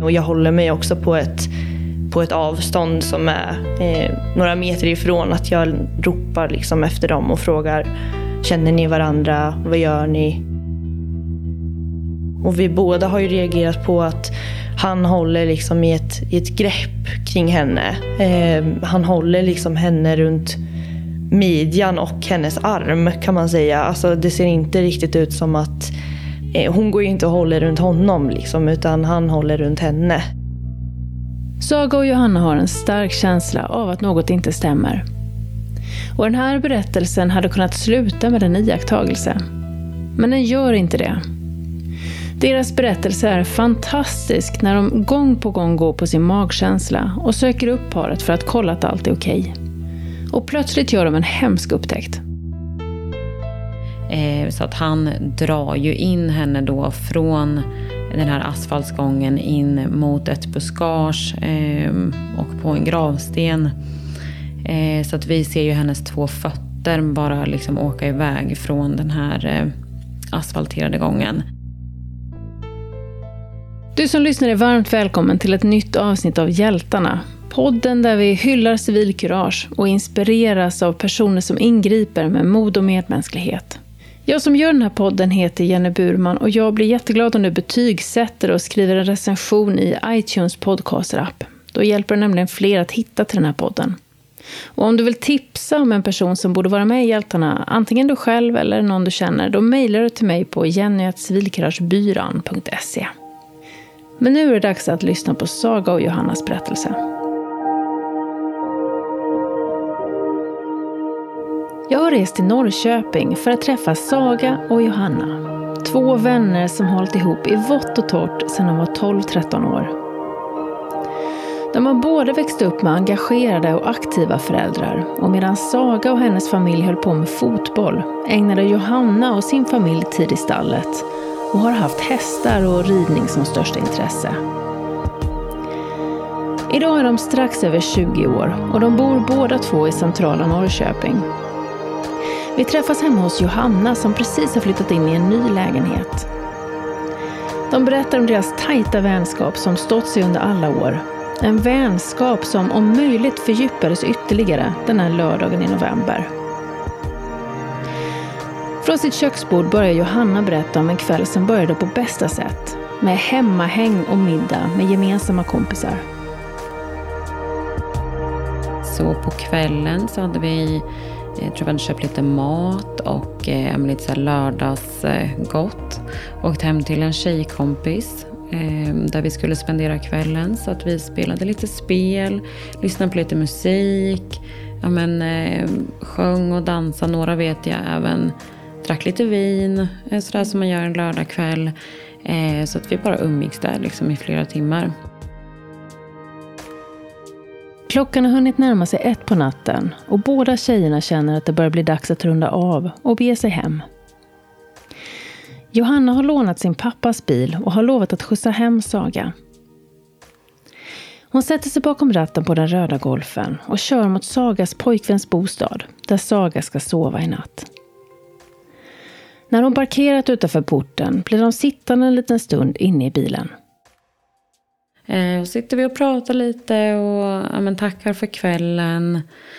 Och jag håller mig också på ett avstånd som är några meter ifrån, att jag ropar liksom efter dem och frågar: känner ni varandra? Vad gör ni? Och vi båda har ju reagerat på att han håller liksom i ett grepp kring henne. Han håller liksom henne runt midjan och hennes arm, kan man säga. Alltså det ser inte riktigt ut som att hon går ju inte och håller runt honom liksom, utan han håller runt henne. Saga och Johanna har en stark känsla av att något inte stämmer. Och den här berättelsen hade kunnat sluta med en iakttagelse. Men den gör inte det. Deras berättelse är fantastisk när de gång på gång går på sin magkänsla och söker upp paret för att kolla att allt är okej. Och plötsligt gör de en hemsk upptäckt. Så att han drar ju in henne då från den här asfaltsgången in mot ett buskage och på en gravsten. Så att vi ser ju hennes 2 fötter bara liksom åka iväg från den här asfalterade gången. Du som lyssnar är varmt välkommen till ett nytt avsnitt av Hjältarna. Podden där vi hyllar civilkurage och inspireras av personer som ingriper med mod och medmänsklighet. Jag som gör den här podden heter Jenny Burman och jag blir jätteglad om du betygsätter och skriver en recension i iTunes podcaster-app. Då hjälper det nämligen fler att hitta till den här podden. Och om du vill tipsa om en person som borde vara med i Hjältarna, antingen du själv eller någon du känner, då mejlar du till mig på jenny@civilkuragebyran.se. Men nu är det dags att lyssna på Saga och Johannas berättelse. Jag har rest till Norrköping för att träffa Saga och Johanna. 2 vänner som hållit ihop i vått och torrt sedan de var 12-13 år. De har båda växt upp med engagerade och aktiva föräldrar. Och medan Saga och hennes familj höll på med fotboll ägnade Johanna och sin familj tid i stallet. Och har haft hästar och ridning som största intresse. Idag är de strax över 20 år och de bor båda 2 i centrala Norrköping. Vi träffas hemma hos Johanna som precis har flyttat in i en ny lägenhet. De berättar om deras tajta vänskap som stått sig under alla år. En vänskap som om möjligt fördjupades ytterligare den här lördagen i november. Från sitt köksbord börjar Johanna berätta om en kväll som började på bästa sätt. Med hemmahäng och middag med gemensamma kompisar. Så på kvällen så hade vi, jag tror vi hade köpt lite mat och lite så här lördagsgott. Åkt hem till en tjejkompis där vi skulle spendera kvällen. Så att vi spelade lite spel, lyssnade på lite musik, sjöng och dansade. Några vet jag även drack lite vin, sådär som man gör en lördagkväll. Så att vi bara umgicks där liksom i flera timmar. Klockan har hunnit närma sig 1 på natten och båda tjejerna känner att det börjar bli dags att runda av och bege sig hem. Johanna har lånat sin pappas bil och har lovat att skjutsa hem Saga. Hon sätter sig bakom ratten på den röda golfen och kör mot Sagas pojkväns bostad där Saga ska sova i natt. När de parkerat utanför porten blir de sittande en liten stund inne i bilen. Sitter vi och pratar lite och tackar för kvällen.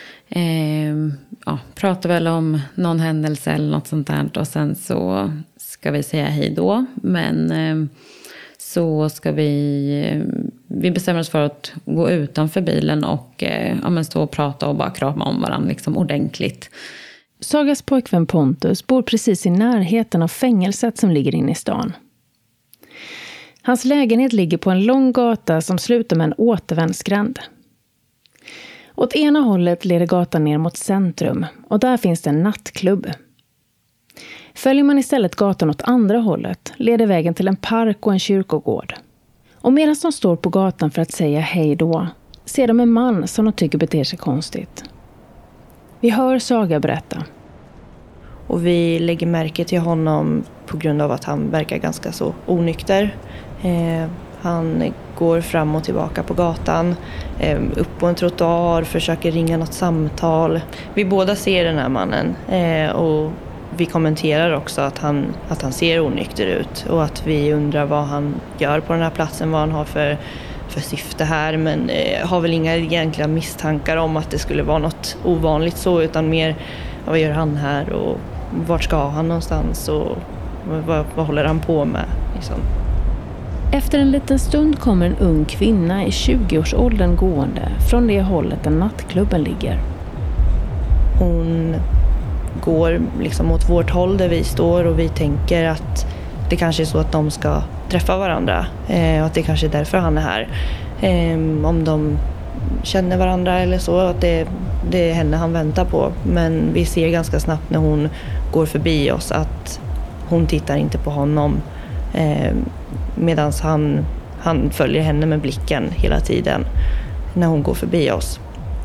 Pratar väl om någon händelse eller något sånt där. Och sen så ska vi säga hej då. Men så ska vi bestämmer oss för att gå utanför bilen och stå och prata och bara krama om varandra liksom ordentligt. Sagas pojkvän Pontus bor precis i närheten av fängelset som ligger inne i stan. Hans lägenhet ligger på en lång gata som slutar med en återvändsgränd. Åt ena hållet leder gatan ner mot centrum och där finns det en nattklubb. Följer man istället gatan åt andra hållet leder vägen till en park och en kyrkogård. Och medan de står på gatan för att säga hej då ser de en man som de tycker beter sig konstigt. Vi hör Saga berätta. Och vi lägger märke till honom på grund av att han verkar ganska så onykter. Han går fram och tillbaka på gatan, upp på en trottoar, försöker ringa något samtal. Vi båda ser den här mannen och vi kommenterar också att han ser onykter ut och att vi undrar vad han gör på den här platsen, vad han har för syfte här, men har väl inga egentliga misstankar om att det skulle vara något ovanligt så, utan mer vad gör han här och vart ska han någonstans och vad håller han på med liksom. Efter en liten stund kommer en ung kvinna i 20-årsåldern gående från det hållet där nattklubben ligger. Hon går liksom åt vårt håll där vi står och vi tänker att det kanske är så att de ska träffa varandra och att det kanske är därför han är här. Om de känner varandra eller så, att det är henne han väntar på. Men vi ser ganska snabbt när hon går förbi oss att hon tittar inte på honom medan han följer henne med blicken hela tiden när hon går förbi oss.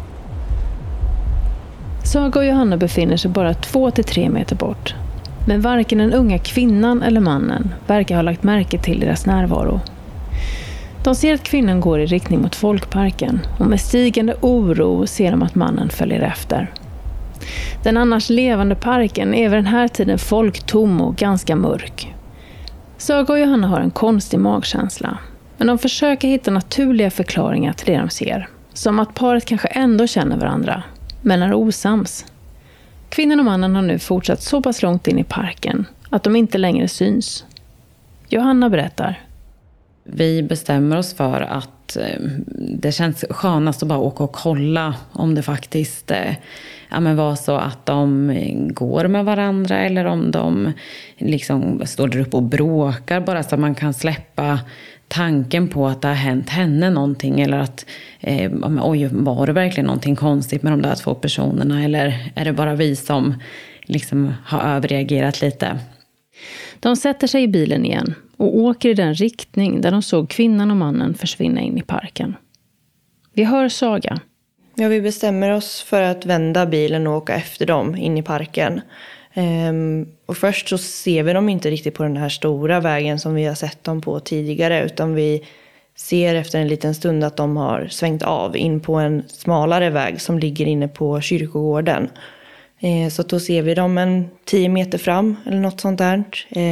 Saga och Johanna befinner sig bara 2-3 meter bort. Men varken den unga kvinnan eller mannen verkar ha lagt märke till deras närvaro. De ser att kvinnan går i riktning mot folkparken och med stigande oro ser de att mannen följer efter. Den annars levande parken är vid den här tiden folktom och ganska mörk. Saga och Johanna har en konstig magkänsla, men de försöker hitta naturliga förklaringar till det de ser. Som att paret kanske ändå känner varandra, men är osams. Kvinnan och mannen har nu fortsatt så pass långt in i parken att de inte längre syns. Johanna berättar. Vi bestämmer oss för att det känns skönast att bara åka och kolla om det faktiskt var så att de går med varandra eller om de liksom står där uppe och bråkar, bara så att man kan släppa tanken på att det har hänt henne någonting eller att oj, var det verkligen någonting konstigt med de där 2 personerna eller är det bara vi som liksom har överreagerat lite. De sätter sig i bilen igen och åker i den riktning där de såg kvinnan och mannen försvinna in i parken. Vi hör Saga. Ja, vi bestämmer oss för att vända bilen och åka efter dem in i parken. Och först så ser vi dem inte riktigt på den här stora vägen som vi har sett dem på tidigare, utan vi ser efter en liten stund att de har svängt av in på en smalare väg som ligger inne på kyrkogården. Så då ser vi dem 10 meter fram eller något sånt där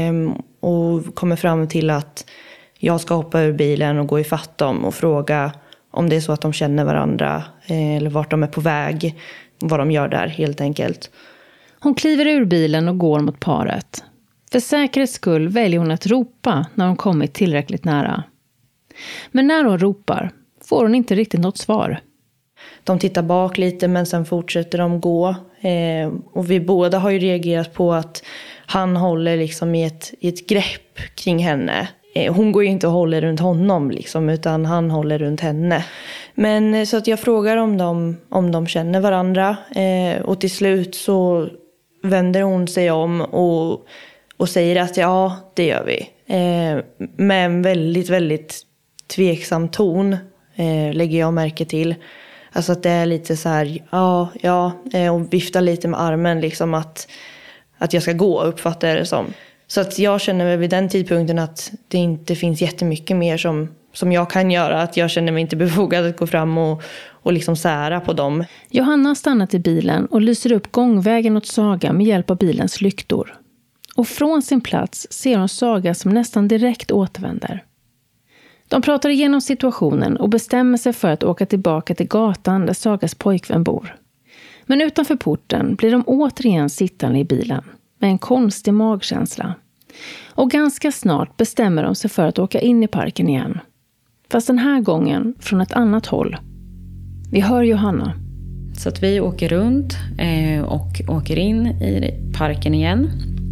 och kommer fram till att jag ska hoppa ur bilen och gå ifatt dem och fråga om det är så att de känner varandra eller vart de är på väg, vad de gör där helt enkelt. Hon kliver ur bilen och går mot paret. För säkerhets skull väljer hon att ropa när de kommit tillräckligt nära. Men när hon ropar får hon inte riktigt något svar. De tittar bak lite men sen fortsätter de gå. Och vi båda har ju reagerat på att han håller liksom i ett grepp kring henne. Hon går ju inte och håller runt honom liksom, utan han håller runt henne. Men så att jag frågar om de känner varandra. Och till slut så vänder hon sig om och säger att ja, det gör vi. Med en väldigt, väldigt tveksam ton lägger jag märke till. Alltså att det är lite så här, ja, och vifta lite med armen liksom att jag ska gå, uppfattar det som. Så att jag känner väl vid den tidpunkten att det inte finns jättemycket mer som jag kan göra. Att jag känner mig inte befogad att gå fram och liksom sära på dem. Johanna har stannat i bilen och lyser upp gångvägen åt Saga med hjälp av bilens lyktor. Och från sin plats ser hon Saga som nästan direkt återvänder. De pratar igenom situationen och bestämmer sig för att åka tillbaka till gatan där Sagas pojkvän bor. Men utanför porten blir de återigen sittande i bilen med en konstig magkänsla. Och ganska snart bestämmer de sig för att åka in i parken igen. Fast den här gången från ett annat håll. Vi hör Johanna. Så att vi åker runt och åker in i parken igen.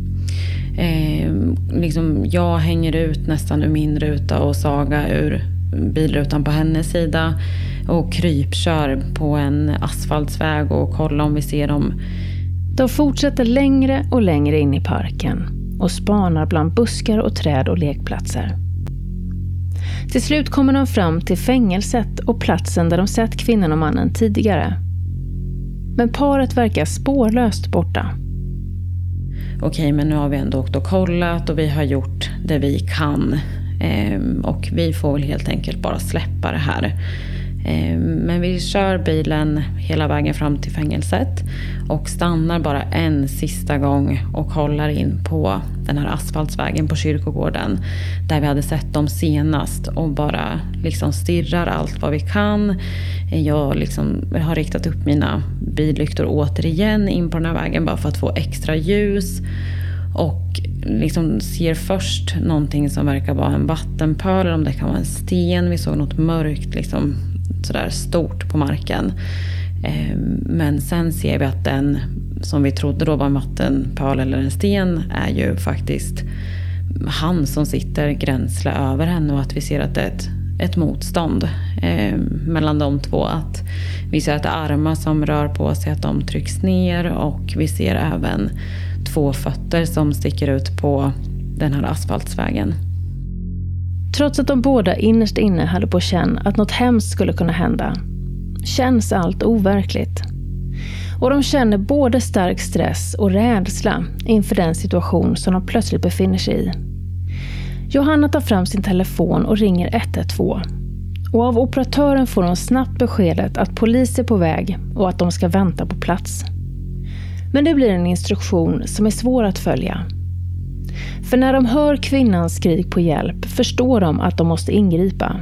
Jag hänger ut nästan ur min ruta och Saga ur bilrutan på hennes sida. Och krypkör på en asfaltsväg och kollar om vi ser dem. De fortsätter längre och längre in i parken och spanar bland buskar och träd och lekplatser. Till slut kommer de fram till fängelset och platsen där de sett kvinnan och mannen tidigare. Men paret verkar spårlöst borta. Okej, men nu har vi ändå åkt och kollat och vi har gjort det vi kan. Och vi får väl helt enkelt bara släppa det här. Men vi kör bilen hela vägen fram till fängelset och stannar bara en sista gång och kollar in på den här asfaltsvägen på kyrkogården där vi hade sett dem senast och bara liksom stirrar allt vad vi kan. Jag har riktat upp mina billyktor återigen in på den här vägen bara för att få extra ljus och liksom ser först någonting som verkar vara en vattenpöl eller om det kan vara en sten. Vi såg något mörkt liksom sådär stort på marken. Men sen ser vi att den som vi trodde då var en vattenpöl eller en sten är ju faktiskt han som sitter gränsle över henne och att vi ser att det är ett motstånd mellan de två. Att vi ser att det är armar som rör på sig, att de trycks ner och vi ser även 2 fötter som sticker ut på den här asfaltsvägen. Trots att de båda innerst inne hade på känn att något hemskt skulle kunna hända, känns allt overkligt. Och de känner både stark stress och rädsla inför den situation som de plötsligt befinner sig i. Johanna tar fram sin telefon och ringer 112. Och av operatören får hon snabbt beskedet att polis är på väg och att de ska vänta på plats. Men det blir en instruktion som är svår att följa. För när de hör kvinnans skrik på hjälp förstår de att de måste ingripa.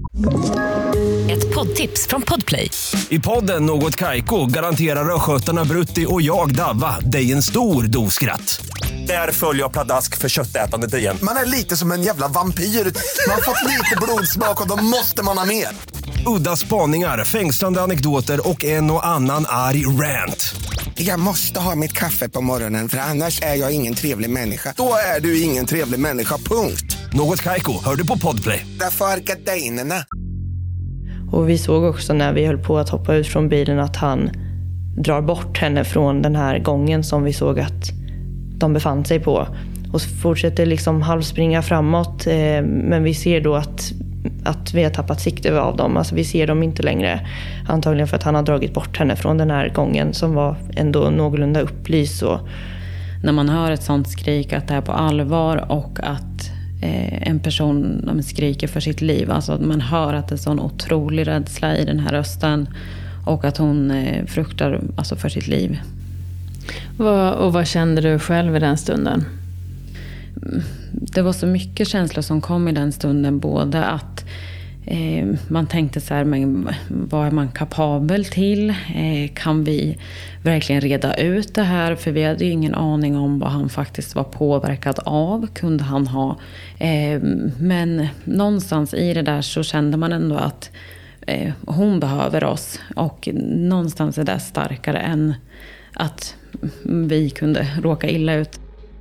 Ett poddtips från Podplay. I podden Något Kaiko garanterar röskötarna Brutti och jag Davva dig en stor doskratt. Där följer jag pladask för köttätandet igen. Man är lite som en jävla vampyr. Man har fått lite blodsmak och då måste man ha mer. Udda spaningar, fängslande anekdoter och en och annan arg rant. Jag måste ha mitt kaffe på morgonen för annars är jag ingen trevlig människa. Då är du ingen trevlig människa, punkt. Något Kaiko, hör du på Podplay. Därför är gardinerna. Och vi såg också när vi höll på att hoppa ut från bilen att han drar bort henne från den här gången som vi såg att de befann sig på. Och fortsätter liksom halvspringa framåt. Men vi ser då att vi har tappat sikte av dem. Alltså vi ser dem inte längre. Antagligen för att han har dragit bort henne från den här gången som var ändå någorlunda upplyst. När man hör ett sånt skrik att det är på allvar och att en person skriker för sitt liv. Alltså att man hör att det är sån otrolig rädsla i den här rösten. Och att hon fruktar alltså för sitt liv. Och vad kände du själv i den stunden? Det var så mycket känslor som kom i den stunden. Både att man tänkte så här, men vad är man kapabel till? Kan vi verkligen reda ut det här? För vi hade ju ingen aning om vad han faktiskt var påverkad av. Kunde han ha? Men någonstans i det där så kände man ändå att hon behöver oss. Och någonstans är det starkare än att vi kunde råka illa ut.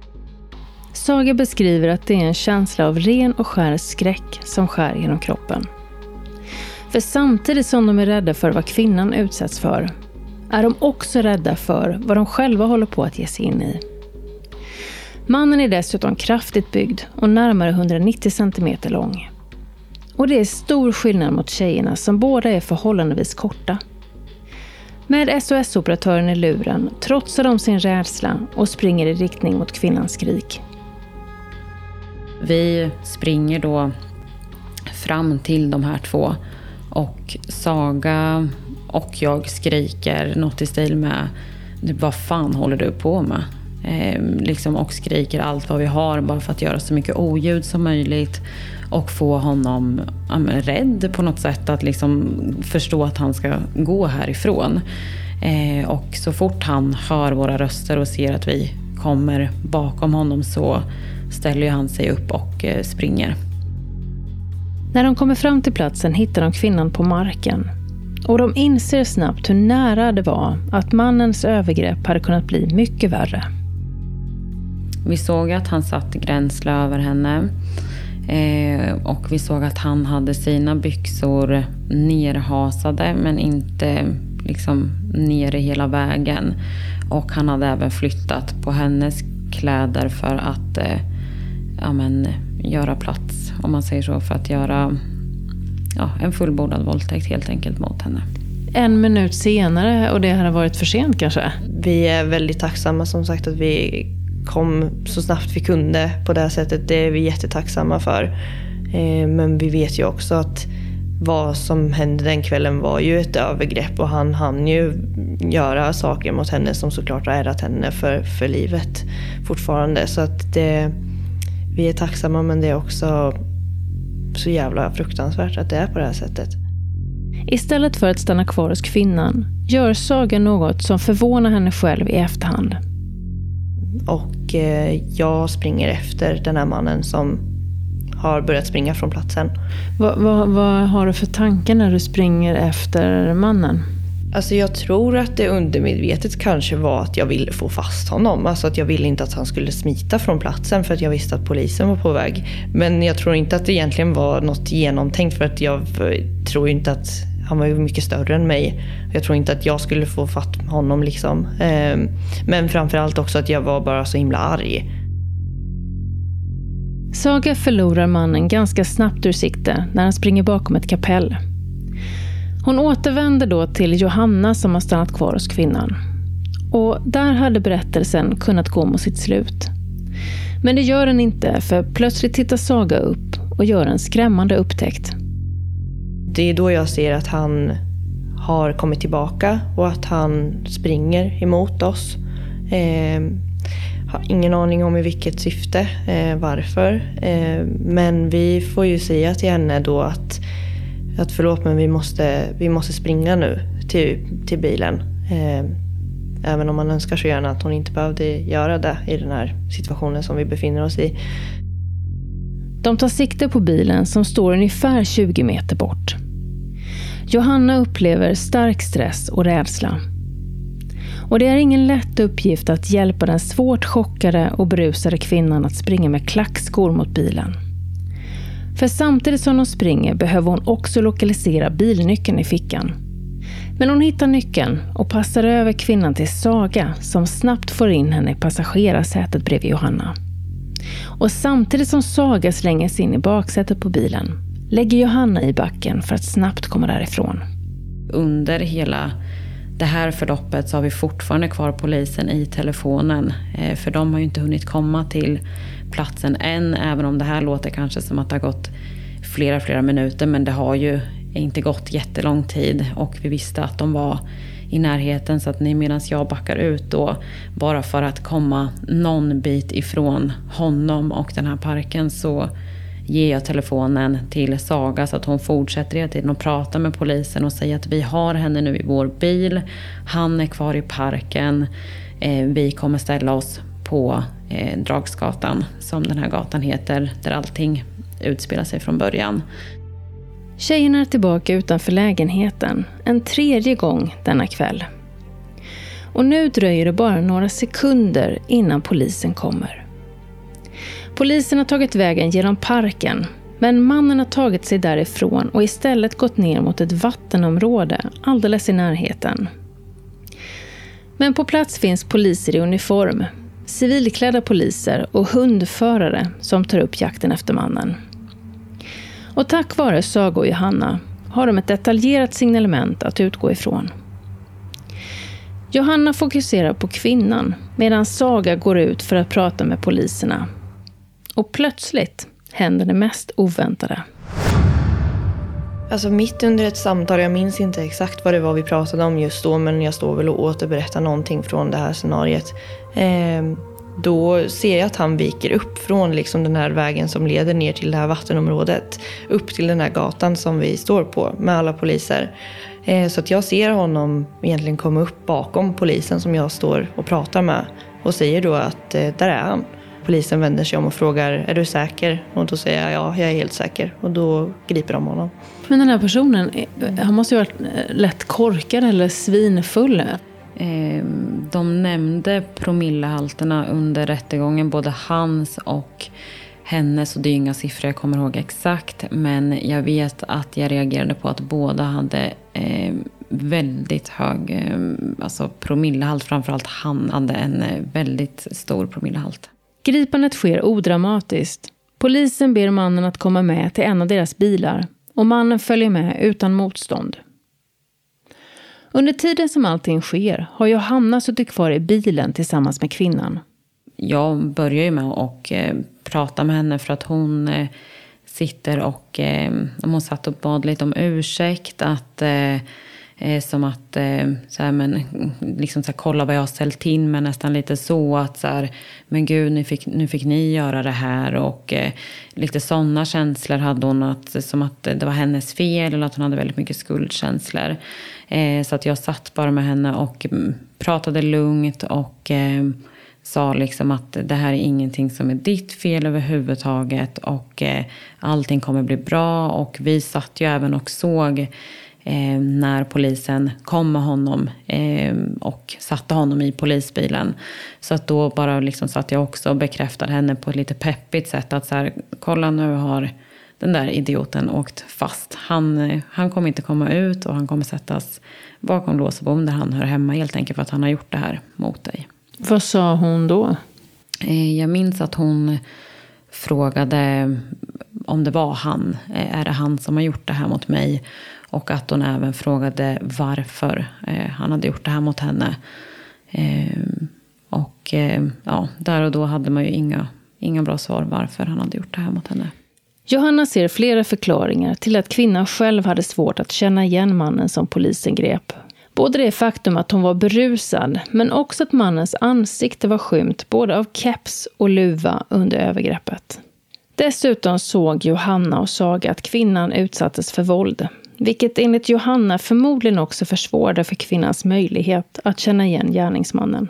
Saga beskriver att det är en känsla av ren och skär skräck som skär genom kroppen. För samtidigt som de är rädda för vad kvinnan utsätts för, är de också rädda för vad de själva håller på att ge sig in i. Mannen är dessutom kraftigt byggd och närmare 190 cm lång. Och det är stor skillnad mot tjejerna som båda är förhållandevis korta. Med SOS-operatören i luren trotsar de sin rädsla och springer i riktning mot kvinnans skrik. Vi springer då fram till de här 2 och Saga och jag skriker något i stil med vad fan håller du på med? Och skriker allt vad vi har bara för att göra så mycket oljud som möjligt och få honom rädd på något sätt att förstå att han ska gå härifrån. Och så fort han hör våra röster och ser att vi kommer bakom honom så ställer han sig upp och springer. När de kommer fram till platsen hittar de kvinnan på marken. Och de inser snabbt hur nära det var att mannens övergrepp hade kunnat bli mycket värre. Vi såg att han satt gränsle över henne. Och vi såg att han hade sina byxor nerhasade men inte ner i hela vägen. Och han hade även flyttat på hennes kläder för att göra plats, om man säger så, för att göra en fullbordad våldtäkt helt enkelt mot henne. 1 minut senare och det hade varit för sent kanske? Vi är väldigt tacksamma som sagt att vi kom så snabbt vi kunde på det här sättet. Det är vi jättetacksamma för. Men vi vet ju också att vad som hände den kvällen var ju ett övergrepp och han hann ju göra saker mot henne som såklart har ärrat henne för livet fortfarande. Så att vi är tacksamma, men det är också så jävla fruktansvärt att det är på det här sättet. Istället för att stanna kvar hos kvinnan gör Saga något som förvånar henne själv i efterhand. Och jag springer efter den här mannen som har börjat springa från platsen. Vad har du för tankar när du springer efter mannen? Alltså jag tror att det undermedvetet kanske var att jag ville få fast honom. Alltså att jag ville inte att han skulle smita från platsen för att jag visste att polisen var på väg. Men jag tror inte att det egentligen var något genomtänkt, för att jag tror inte att han var ju mycket större än mig. Jag tror inte att jag skulle få fatt honom liksom. Men framförallt också att jag var bara så himla arg. Saga förlorar mannen ganska snabbt ur sikte när han springer bakom ett kapell. Hon återvänder då till Johanna som har stannat kvar hos kvinnan. Och där hade berättelsen kunnat gå mot sitt slut. Men det gör den inte, för plötsligt tittar Saga upp och gör en skrämmande upptäckt. Det är då jag ser att han har kommit tillbaka och att han springer emot oss. Har ingen aning om i vilket syfte, varför. Men vi får ju säga till henne då att förlåt, men vi måste springa nu till bilen. Även om man önskar så gärna att hon inte behövde göra det i den här situationen som vi befinner oss i. De tar sikte på bilen som står ungefär 20 meter bort. Johanna upplever stark stress och rädsla. Och det är ingen lätt uppgift att hjälpa den svårt chockade och berusade kvinnan att springa med klackskor mot bilen. För samtidigt som de springer behöver hon också lokalisera bilnyckeln i fickan. Men hon hittar nyckeln och passar över kvinnan till Saga som snabbt får in henne i passagerarsätet bredvid Johanna. Och samtidigt som Saga slänger sig in i baksätet på bilen lägger Johanna i backen för att snabbt komma därifrån. Under hela det här förloppet så har vi fortfarande kvar polisen i telefonen. För de har ju inte hunnit komma till platsen än, även om det här låter kanske som att det har gått flera minuter. Men det har ju inte gått jättelång tid och vi visste att de var i närheten. Så att medan jag backar ut då, bara för att komma någon bit ifrån honom och den här parken, så ger jag telefonen till Saga så att hon fortsätter hela tiden att prata med polisen och säga att vi har henne nu i vår bil. Han är kvar i parken. Vi kommer ställa oss på Dragsgatan, som den här gatan heter, där allting utspelar sig från början. Tjejerna är tillbaka utanför lägenheten en tredje gång denna kväll. Och nu dröjer det bara några sekunder innan polisen kommer. Polisen har tagit vägen genom parken, men mannen har tagit sig därifrån och istället gått ner mot ett vattenområde alldeles i närheten. Men på plats finns poliser i uniform, civilklädda poliser och hundförare som tar upp jakten efter mannen. Och tack vare Saga och Johanna har de ett detaljerat signalement att utgå ifrån. Johanna fokuserar på kvinnan medan Saga går ut för att prata med poliserna. Och plötsligt händer det mest oväntade. Alltså mitt under ett samtal, jag minns inte exakt vad det var vi pratade om just då, men jag står väl och återberättar någonting från det här scenariet. Då ser jag att han viker upp från liksom den här vägen som leder ner till det här vattenområdet, upp till den här gatan som vi står på med alla poliser. Så att jag ser honom egentligen komma upp bakom polisen som jag står och pratar med och säger då att där är han. Polisen vänder sig om och frågar, är du säker? Och då säger jag, ja, jag är helt säker. Och då griper de honom. Men den här personen, han måste ju ha varit lätt korkad eller svinfull. De nämnde promillehalterna under rättegången, både hans och hennes. Och det är inga siffror jag kommer ihåg exakt. Men jag vet att jag reagerade på att båda hade väldigt hög promillehalt. Framförallt han hade en väldigt stor promillehalt. Gripandet sker odramatiskt. Polisen ber mannen att komma med till en av deras bilar och mannen följer med utan motstånd. Under tiden som allting sker har Johanna suttit kvar i bilen tillsammans med kvinnan. Jag börjar ju med att prata med henne för att hon sitter och hon satt och bad lite om ursäkt. Att, som att så här, men, liksom så här, kolla vad jag har ställt in med, nästan lite så att så här, men gud, nu fick ni göra det här. Och lite sådana känslor hade hon, att, som att det var hennes fel eller att hon hade väldigt mycket skuldkänslor. Så att jag satt bara med henne och pratade lugnt och sa liksom att det här är ingenting som är ditt fel överhuvudtaget och allting kommer bli bra. Och vi satt ju även och såg när polisen kom med honom och satte honom i polisbilen. Så att då bara liksom satt jag också och bekräftade henne på ett lite peppigt sätt att så här, kolla, nu har den där idioten åkt fast. Han kommer inte komma ut och han kommer sättas bakom lås och bom där han hör hemma, helt enkelt för att han har gjort det här mot dig. Vad sa hon då? Jag minns att hon frågade om det var han. Är det han som har gjort det här mot mig? Och att hon även frågade varför han hade gjort det här mot henne. Och ja, där och då hade man ju inga bra svar varför han hade gjort det här mot henne. Johanna ser flera förklaringar till att kvinnan själv hade svårt att känna igen mannen som polisen grep. Både det faktum att hon var berusad, men också att mannens ansikte var skymt både av keps och luva under övergreppet. Dessutom såg Johanna och Saga att kvinnan utsattes för våld, vilket enligt Johanna förmodligen också försvårade för kvinnans möjlighet att känna igen gärningsmannen.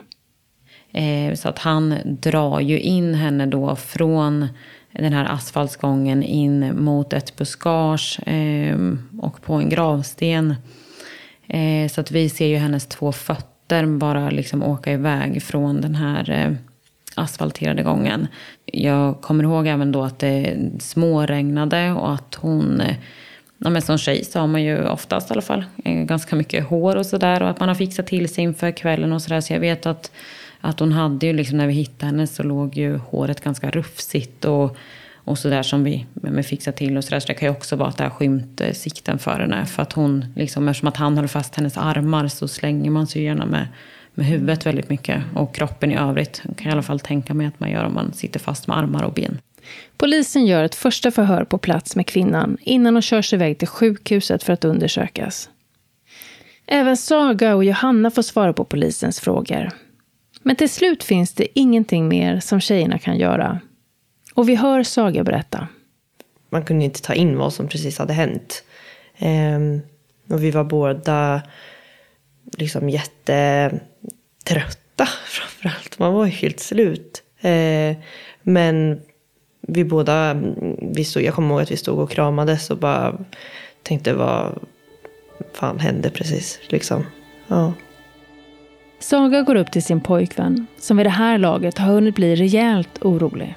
Så att han drar ju in henne då från den här asfaltsgången in mot ett buskage och på en gravsten. Så att vi ser ju hennes 2 fötter bara liksom åka iväg från den här asfalterade gången. Jag kommer ihåg även då att det småregnade och att hon, ja, men som tjej så har man ju oftast i alla fall ganska mycket hår och sådär, och att man har fixat till sig inför kvällen och sådär. Så jag vet att hon hade ju liksom, när vi hittade henne så låg ju håret ganska rufsigt och sådär som vi fixade till och sådär. Så det kan ju också vara att det har skymt sikten för henne. För att hon, liksom, eftersom att han håller fast hennes armar så slänger man sig gärna med huvudet väldigt mycket. Och kroppen i övrigt kan jag i alla fall tänka mig att man gör om man sitter fast med armar och ben. Polisen gör ett första förhör på plats med kvinnan innan hon körs iväg till sjukhuset för att undersökas. Även Saga och Johanna får svara på polisens frågor. Men till slut finns det ingenting mer som tjejerna kan göra. Och vi hör Saga berätta. Man kunde inte ta in vad som precis hade hänt. Och vi var båda liksom jättetrötta framförallt. Man var helt slut. Men vi båda, jag kommer ihåg att vi stod och kramades och bara tänkte vad fan hände precis liksom. Ja. Saga går upp till sin pojkvän som vid det här laget har hunnit bli rejält orolig.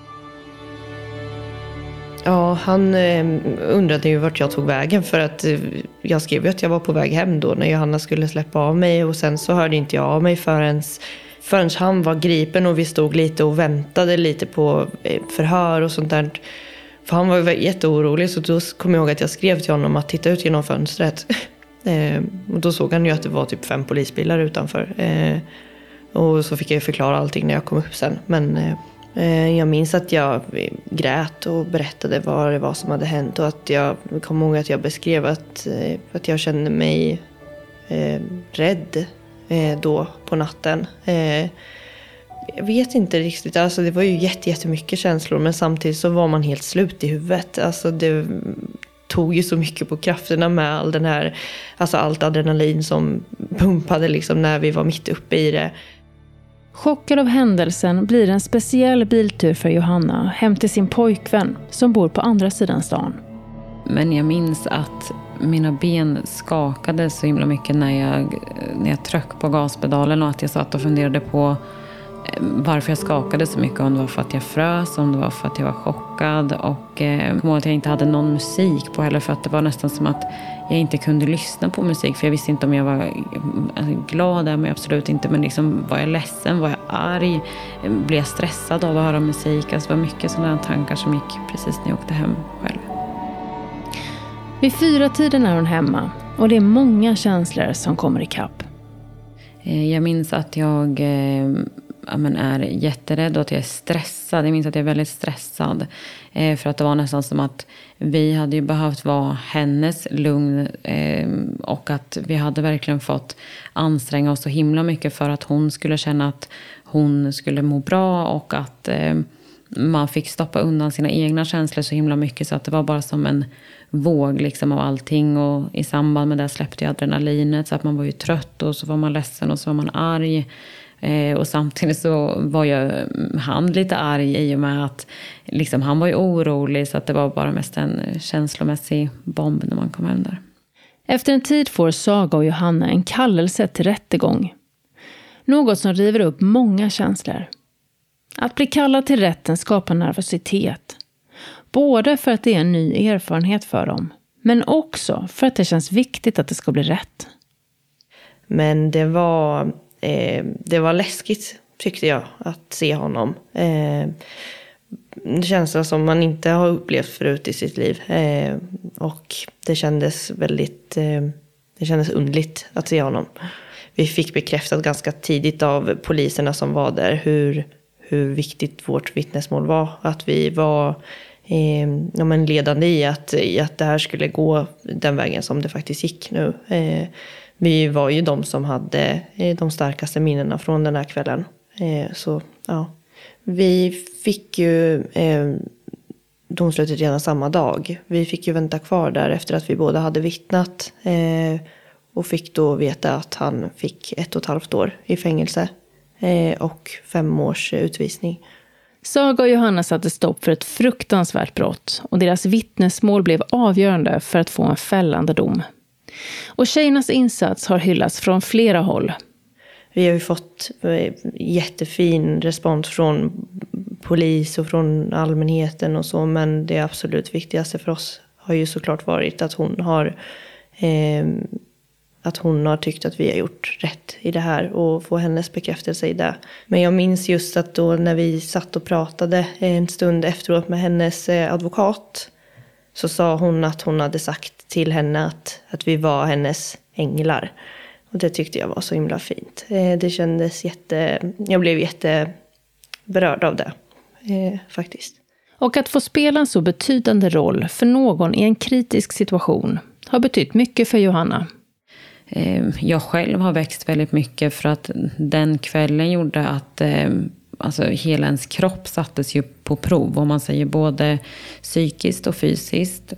Ja, han undrade ju vart jag tog vägen, för att jag skrev ju att jag var på väg hem då när Johanna skulle släppa av mig, och sen så hörde inte jag av mig förrän han var gripen och vi stod lite och väntade lite på förhör och sånt där. För han var ju jätteorolig, så då kom jag ihåg att jag skrev till honom att titta ut genom fönstret. Och då såg han ju att det var typ 5 polisbilar utanför. Och så fick jag förklara allting när jag kom upp sen. Men jag minns att jag grät och berättade vad det var som hade hänt. Och att jag kom ihåg att jag beskrev att jag kände mig rädd då på natten. Jag vet inte riktigt, alltså det var ju jättemycket känslor, men samtidigt så var man helt slut i huvudet. Alltså det tog ju så mycket på krafterna med all den här, alltså allt adrenalin som pumpade liksom när vi var mitt uppe i det. Chockad av händelsen blir en speciell biltur för Johanna hem till sin pojkvän som bor på andra sidan stan. Men jag minns att mina ben skakade så himla mycket när jag tryckte på gaspedalen, och att jag satt och funderade på varför jag skakade så mycket. Om det var för att jag frös, om det var för att jag var chockad. Och jag kommer ihåg att jag inte hade någon musik på heller, för att det var nästan som att jag inte kunde lyssna på musik. För jag visste inte om jag var glad, men absolut inte. Men liksom, var jag ledsen, var jag arg, blev jag stressad av att höra musik. Alltså det var mycket sådana tankar som gick precis när jag åkte hem själv. Vid 4-tiden är hon hemma och det är många känslor som kommer ikapp. Jag minns att jag är jätterädd och att jag är stressad. Jag minns att jag är väldigt stressad. För att det var nästan som att vi hade ju behövt vara hennes lugn. Och att vi hade verkligen fått anstränga oss så himla mycket för att hon skulle känna att hon skulle må bra. Och att man fick stoppa undan sina egna känslor så himla mycket. Så att det var bara som en våg liksom av allting. Och i samband med det släppte jag adrenalinet. Så att man var ju trött och så var man ledsen och så var man arg. Och samtidigt så var han lite arg i och med att liksom, han var ju orolig. Så att det var bara mest en känslomässig bomb när man kom hem där. Efter en tid får Saga och Johanna en kallelse till rättegång. Något som river upp många känslor. Att bli kallad till rätten skapar nervositet. Både för att det är en ny erfarenhet för dem. Men också för att det känns viktigt att det ska bli rätt. Men det var läskigt tyckte jag att se honom. Det känns som man inte har upplevt förut i sitt liv. Och det kändes underligt att se honom. Vi fick bekräftat ganska tidigt av poliserna som var där hur viktigt vårt vittnesmål var. Att vi var ledande i att det här skulle gå den vägen som det faktiskt gick nu. Vi var ju de som hade de starkaste minnena från den här kvällen. Så ja. Vi fick ju domslutet redan samma dag. Vi fick ju vänta kvar där efter att vi båda hade vittnat. Och fick då veta att han fick 1,5 år i fängelse. Och 5 års utvisning. Saga och Johanna satte stopp för ett fruktansvärt brott. Och deras vittnesmål blev avgörande för att få en fällande dom. Och tjejernas insats har hyllats från flera håll. Vi har ju fått jättefin respons från polis och från allmänheten och så. Men det absolut viktigaste för oss har ju såklart varit att hon har tyckt att vi har gjort rätt i det här och få hennes bekräftelse i det. Men jag minns just att då när vi satt och pratade en stund efteråt med hennes advokat så sa hon att hon hade sagt till henne att vi var hennes änglar. Och det tyckte jag var så himla fint. Det kändes jag blev jätteberörd av det faktiskt. Och att få spela en så betydande roll för någon i en kritisk situation har betytt mycket för Johanna. Jag själv har växt väldigt mycket för att den kvällen gjorde att hela ens kropp sattes ju på prov, om man säger, både psykiskt och fysiskt.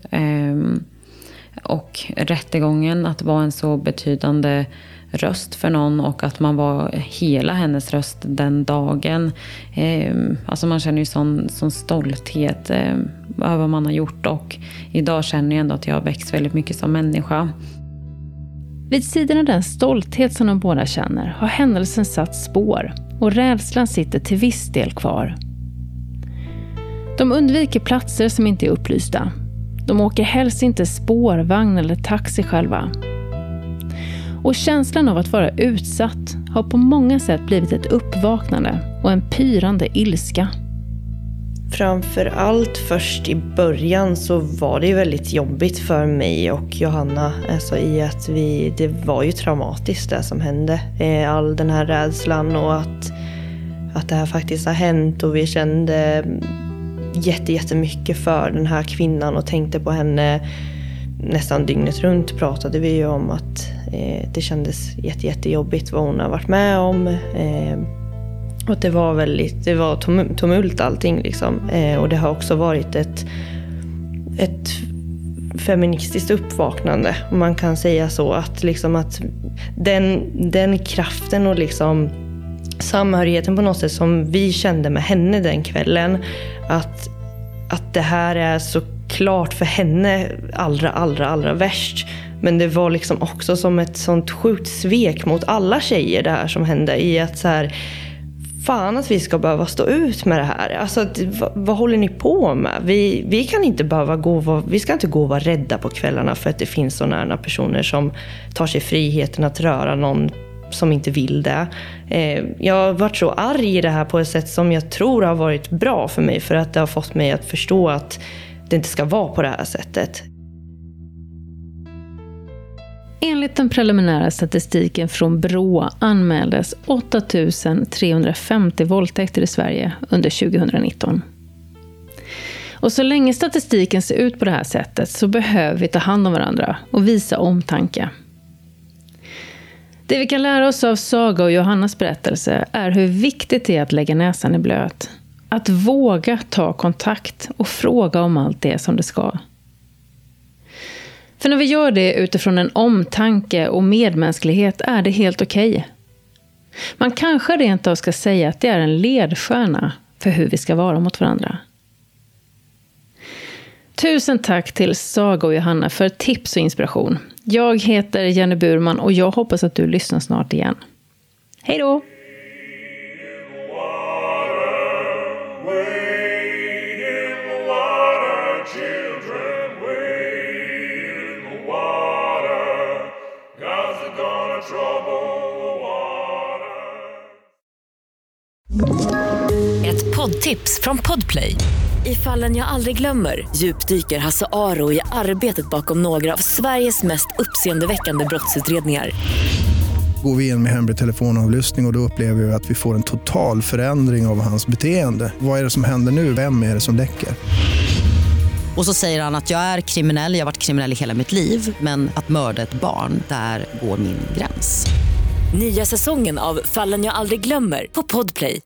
Och rättegången, att vara en så betydande röst för någon och att man var hela hennes röst den dagen. Man känner ju sån stolthet över vad man har gjort, och idag känner jag ändå att jag har växt väldigt mycket som människa. Vid sidan av den stolthet som de båda känner har händelsen satt spår och rädslan sitter till viss del kvar. De undviker platser som inte är upplysta. De åker helst inte spårvagn eller taxi själva. Och känslan av att vara utsatt har på många sätt blivit ett uppvaknande och en pyrande ilska. Framför allt först i början så var det ju väldigt jobbigt för mig och Johanna. Alltså i att det var ju traumatiskt det som hände. All den här rädslan och att det här faktiskt har hänt. Och vi kände jättemycket för den här kvinnan och tänkte på henne nästan dygnet runt. Pratade vi ju om att det kändes jättejobbigt vad hon har varit med om. Och det var tumult allting liksom. Och det har också varit ett feministiskt uppvaknande, om man kan säga så, att liksom att den kraften och liksom samhörigheten på något sätt som vi kände med henne den kvällen, att det här är så klart för henne allra värst. Men det var liksom också som ett sånt sjukt svek mot alla tjejer det här som hände, i att så här, fan att vi ska behöva stå ut med det här. Alltså, vad håller ni på med? Vi kan inte behöva vi ska inte gå och vara rädda på kvällarna för att det finns så nära personer som tar sig friheten att röra någon som inte vill det. Jag har varit så arg i det här på ett sätt som jag tror har varit bra för mig, för att det har fått mig att förstå att det inte ska vara på det här sättet. Enligt den preliminära statistiken från BRÅ anmäldes 8 350 våldtäkter i Sverige under 2019. Och så länge statistiken ser ut på det här sättet så behöver vi ta hand om varandra och visa omtanke. Det vi kan lära oss av Saga och Johannas berättelse är hur viktigt det är att lägga näsan i blöt. Att våga ta kontakt och fråga om allt det som det ska. För när vi gör det utifrån en omtanke och medmänsklighet är det helt okej. Man kanske rent av ska säga att det är en ledstjärna för hur vi ska vara mot varandra. Tusen tack till Saga och Johanna för tips och inspiration. Jag heter Jenny Burman och jag hoppas att du lyssnar snart igen. Hej då! Ett poddtips från Podplay. I Fallen jag aldrig glömmer djupdyker Hasse Aro i arbetet bakom några av Sveriges mest uppseendeväckande brottsutredningar. Går vi in med hemlig telefonavlyssning och då upplever vi att vi får en total förändring av hans beteende. Vad är det som händer nu? Vem är det som läcker? Och så säger han att jag är kriminell, jag har varit kriminell i hela mitt liv. Men att mörda ett barn, där går min gräns. Nya säsongen av Fallen jag aldrig glömmer på Podplay.